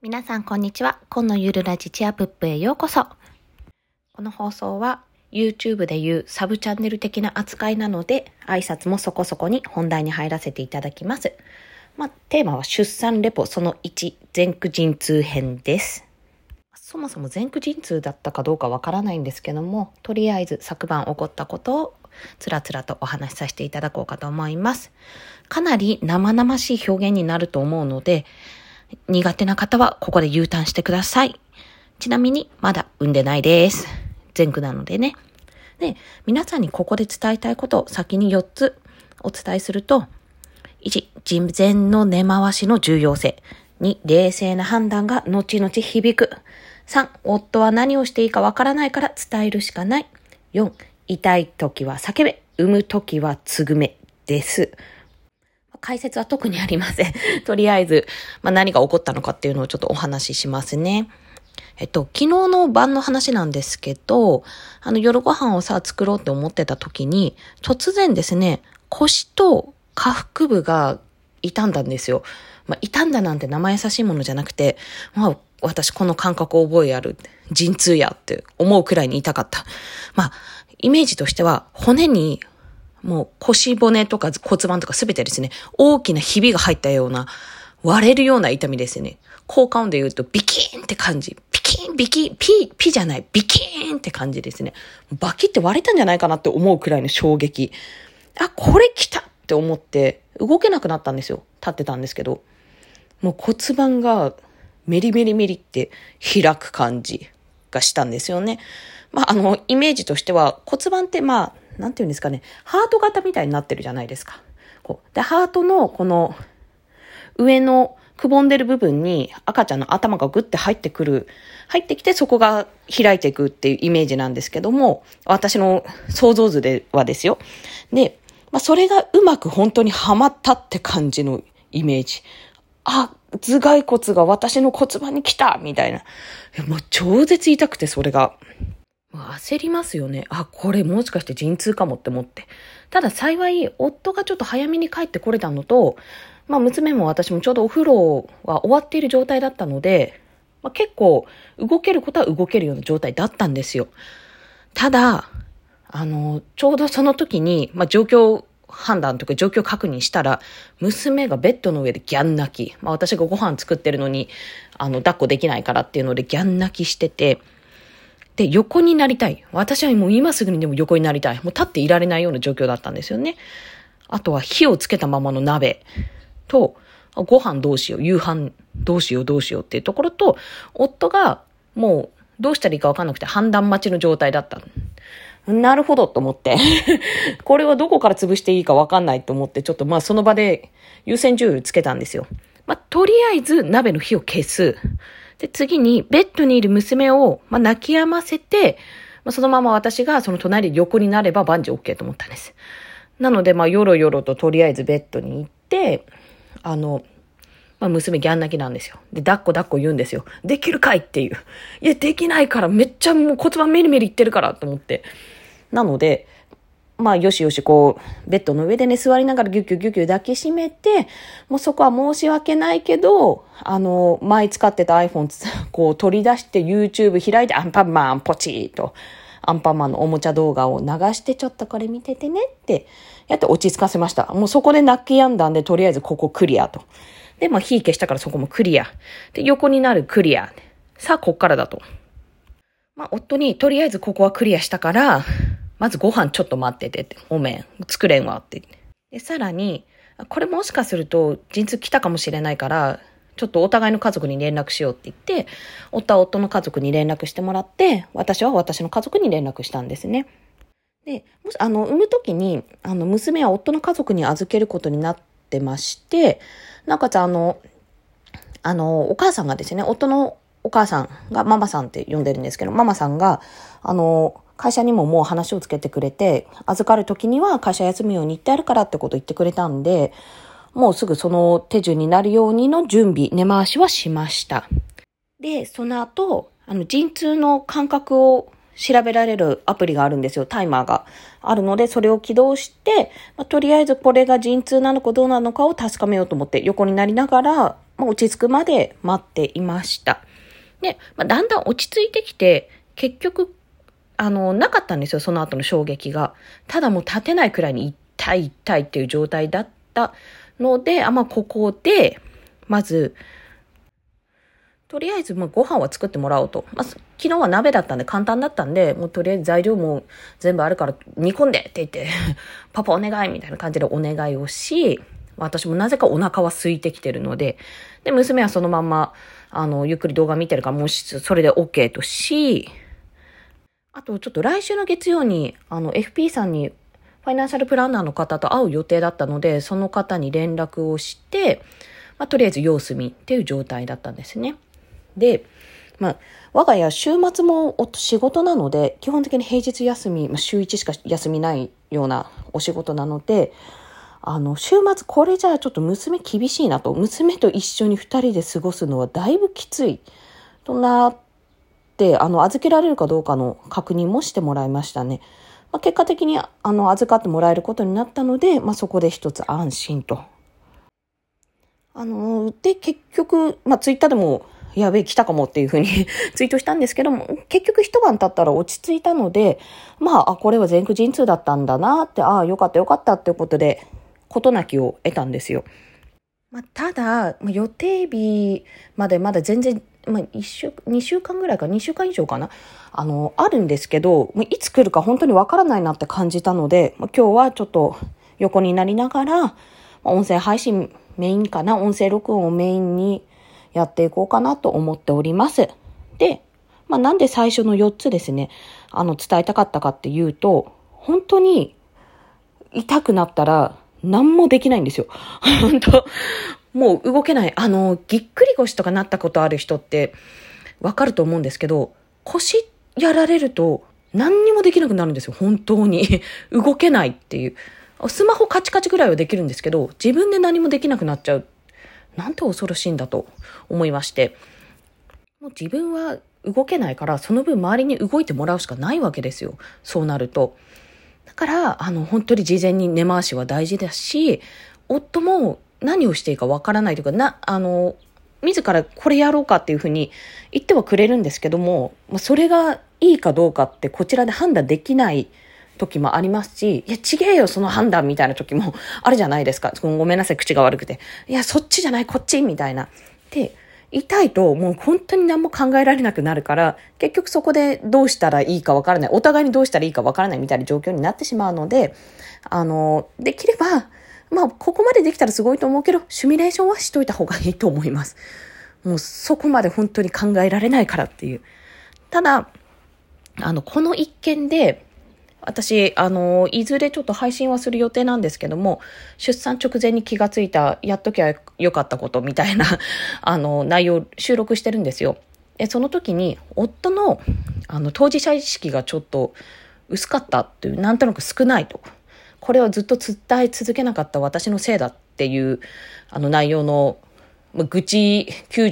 皆さんこんにちは。今のゆるラジチアプップへようこそ。この放送は YouTube でいうサブチャンネル的な扱いなので、挨拶もそこそこに本題に入らせていただきます。テーマは出産レポその1、前駆陣痛編です。そもそも前駆陣痛だったかどうかわからないんですけども、とりあえず昨晩起こったことをつらつらとお話しさせていただこうかと思います。かなり生々しい表現になると思うので、苦手な方はここで U ターンしてください。ちなみにまだ産んでないです。前駆なのでね。で、皆さんにここで伝えたいことを先に4つお伝えすると、1、事前の根回しの重要性。2、冷静な判断が後々響く。3、夫は何をしていいかわからないから伝えるしかない。4、痛い時は叫べ、産む時はつぐめです。解説は特にありません。とりあえず、何が起こったのかっていうのをちょっとお話ししますね。昨日の晩の話なんですけど、夜ご飯を作ろうって思ってた時に、突然ですね、腰と下腹部が痛んだんですよ。痛んだなんて生優しいものじゃなくて、私この感覚を覚えある。陣痛やって思うくらいに痛かった。イメージとしては、骨に、もう腰骨とか骨盤とかすべてですね、大きなひびが入ったような、割れるような痛みですね。効果音で言うとビキーンって感じ。ビキン、ピじゃない、ビキーンって感じですね。バキって割れたんじゃないかなって思うくらいの衝撃。これ来たって思って動けなくなったんですよ。立ってたんですけど。もう骨盤がメリメリメリって開く感じがしたんですよね。イメージとしては骨盤ってなんていうんですかね、ハート型みたいになってるじゃないですか。で、ハートのこの上のくぼんでる部分に赤ちゃんの頭がグッて入ってきてそこが開いていくっていうイメージなんですけども、私の想像図ではですよ。で、それがうまく本当にはまったって感じのイメージ。頭蓋骨が私の骨盤に来たみたいな。もう超絶痛くてそれが。焦りますよね。これもしかして陣痛かもって思って。ただ幸い、夫がちょっと早めに帰ってこれたのと、娘も私もちょうどお風呂が終わっている状態だったので、結構動けることは動けるような状態だったんですよ。ただ、ちょうどその時に、状況判断とか状況確認したら、娘がベッドの上でギャン泣き。私がご飯作ってるのに、抱っこできないからっていうのでギャン泣きしてて、で、横になりたい。私はもう今すぐにでも横になりたい。もう立っていられないような状況だったんですよね。あとは火をつけたままの鍋と、ご飯どうしよう、夕飯どうしようっていうところと、夫がもうどうしたらいいか分かんなくて判断待ちの状態だった。なるほどと思って。これはどこから潰していいか分かんないと思って、ちょっとその場で優先順位をつけたんですよ。とりあえず鍋の火を消す。で、次にベッドにいる娘を、泣き止ませて、そのまま私がその隣で横になれば万事 OK と思ったんです。なので、よろよろととりあえずベッドに行って、娘ギャン泣きなんですよ。で、抱っこ言うんですよ。できるかいっていう。いや、できないから、めっちゃもう骨盤メリメリいってるからと思って。なので、よしよし、ベッドの上でね、座りながらギュッギュッギュッギュッ抱きしめて、もうそこは申し訳ないけど、前使ってた iPhone 取り出して YouTube 開いてアンパンマンポチーと、アンパンマンのおもちゃ動画を流してちょっとこれ見ててねってやって落ち着かせました。もうそこで泣き止んだんで、とりあえずここクリアと。で、火消したからそこもクリア。で、横になるクリア。さあ、こっからだと。夫にとりあえずここはクリアしたから、まずご飯ちょっと待っててって。ごめん。作れんわって。で、さらに、これもしかすると陣痛来たかもしれないから、ちょっとお互いの家族に連絡しようって言って、夫は夫の家族に連絡してもらって、私は私の家族に連絡したんですね。で、産む時に、娘は夫の家族に預けることになってまして、なおかつお母さんがですね、夫のお母さんがママさんって呼んでるんですけど、ママさんが、会社にももう話をつけてくれて、預かる時には会社休むように言ってあるからってことを言ってくれたんで、もうすぐその手順になるようにの準備、根回しはしました。で、その後、陣痛の感覚を調べられるアプリがあるんですよ。タイマーがあるので、それを起動して、とりあえずこれが陣痛なのかどうなのかを確かめようと思って横になりながら、 落ち着くまで待っていました。で、だんだん落ち着いてきて、結局、なかったんですよ、その後の衝撃が。ただもう立てないくらいに痛い痛いっていう状態だったので、ここで、まず、とりあえずご飯は作ってもらおうと。昨日は鍋だったんで簡単だったんで、もうとりあえず材料も全部あるから煮込んでって言って、パパお願いみたいな感じでお願いをし、私もなぜかお腹は空いてきてるので、で、娘はそのまんま、ゆっくり動画見てるから、もうそれで OK とし、あとちょっと来週の月曜に、FP さんにファイナンシャルプランナーの方と会う予定だったので、その方に連絡をして、とりあえず様子見っていう状態だったんですね。で、我が家週末も仕事なので、基本的に平日休み、週1しか休みないようなお仕事なので、週末これじゃあちょっと娘厳しいなと、娘と一緒に2人で過ごすのはだいぶきついとなって、預けられるかどうかの確認もしてもらいましたね。結果的に預かってもらえることになったので、そこで一つ安心と。で、結局、ツイッターでも、やべえ、来たかもっていうふうにツイートしたんですけども、結局一晩経ったら落ち着いたので、これは前駆陣痛だったんだなって、よかったよかったっていうことで、事なきを得たんですよ。ただ、予定日までまだ全然、2週間ぐらいか、2週間以上かな。あるんですけど、いつ来るか本当にわからないなって感じたので、今日はちょっと横になりながら、音声配信メインかな、音声録音をメインにやっていこうかなと思っております。で、なんで最初の4つですね、伝えたかったかっていうと、本当に痛くなったら何もできないんですよ。本当、もう動けない。ぎっくり腰とかなったことある人ってわかると思うんですけど、腰やられると何にもできなくなるんですよ。本当に。動けないっていう。スマホカチカチぐらいはできるんですけど、自分で何もできなくなっちゃう。なんて恐ろしいんだと思いまして。もう自分は動けないから、その分周りに動いてもらうしかないわけですよ。そうなると。だから、本当に事前に根回しは大事だし、夫も何をしていいかわからないというか、自らこれやろうかっていうふうに言ってはくれるんですけども、それがいいかどうかってこちらで判断できない時もありますし、いや、ちげえよ、その判断みたいな時もあるじゃないですか。ごめんなさい、口が悪くて。いや、そっちじゃない、こっちみたいな。で、痛いともう本当に何も考えられなくなるから、結局そこでどうしたらいいかわからない。お互いにどうしたらいいかわからないみたいな状況になってしまうので、できれば、ここまでできたらすごいと思うけど、シミュレーションはしといた方がいいと思います。もうそこまで本当に考えられないからっていう。ただ、この一件で、私、いずれちょっと配信はする予定なんですけども、出産直前に気がついた、やっときゃよかったことみたいな、内容を収録してるんですよ。で、その時に、夫の、当事者意識がちょっと薄かったっていう、なんとなく少ないと。これをずっと伝え続けなかった私のせいだっていう、内容の、愚痴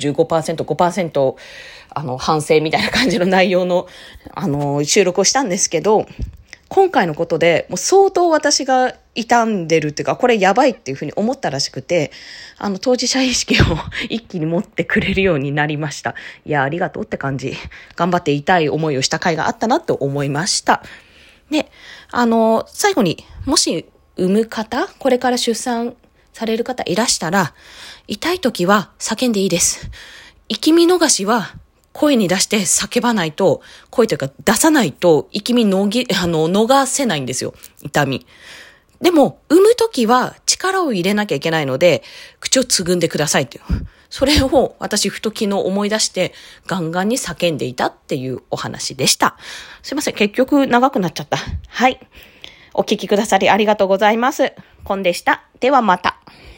95%、5%、反省みたいな感じの内容の、収録をしたんですけど、今回のことでもう相当私が傷んでるっていうか、これやばいっていうふうに思ったらしくて、当事者意識を一気に持ってくれるようになりました。いや、ありがとうって感じ。頑張って痛い思いをした甲斐があったなと思いました。で、最後に、もし産む方、これから出産される方いらしたら、痛い時は叫んでいいです。生き見逃しは声に出して叫ばないと、声というか出さないと、生き身逃せないんですよ、痛み。でも、産むときは力を入れなきゃいけないので、口をつぐんでくださいっていう。それを私、ふと昨日思い出して、ガンガンに叫んでいたっていうお話でした。すいません、結局長くなっちゃった。はい。お聞きくださりありがとうございます。コンでした。ではまた。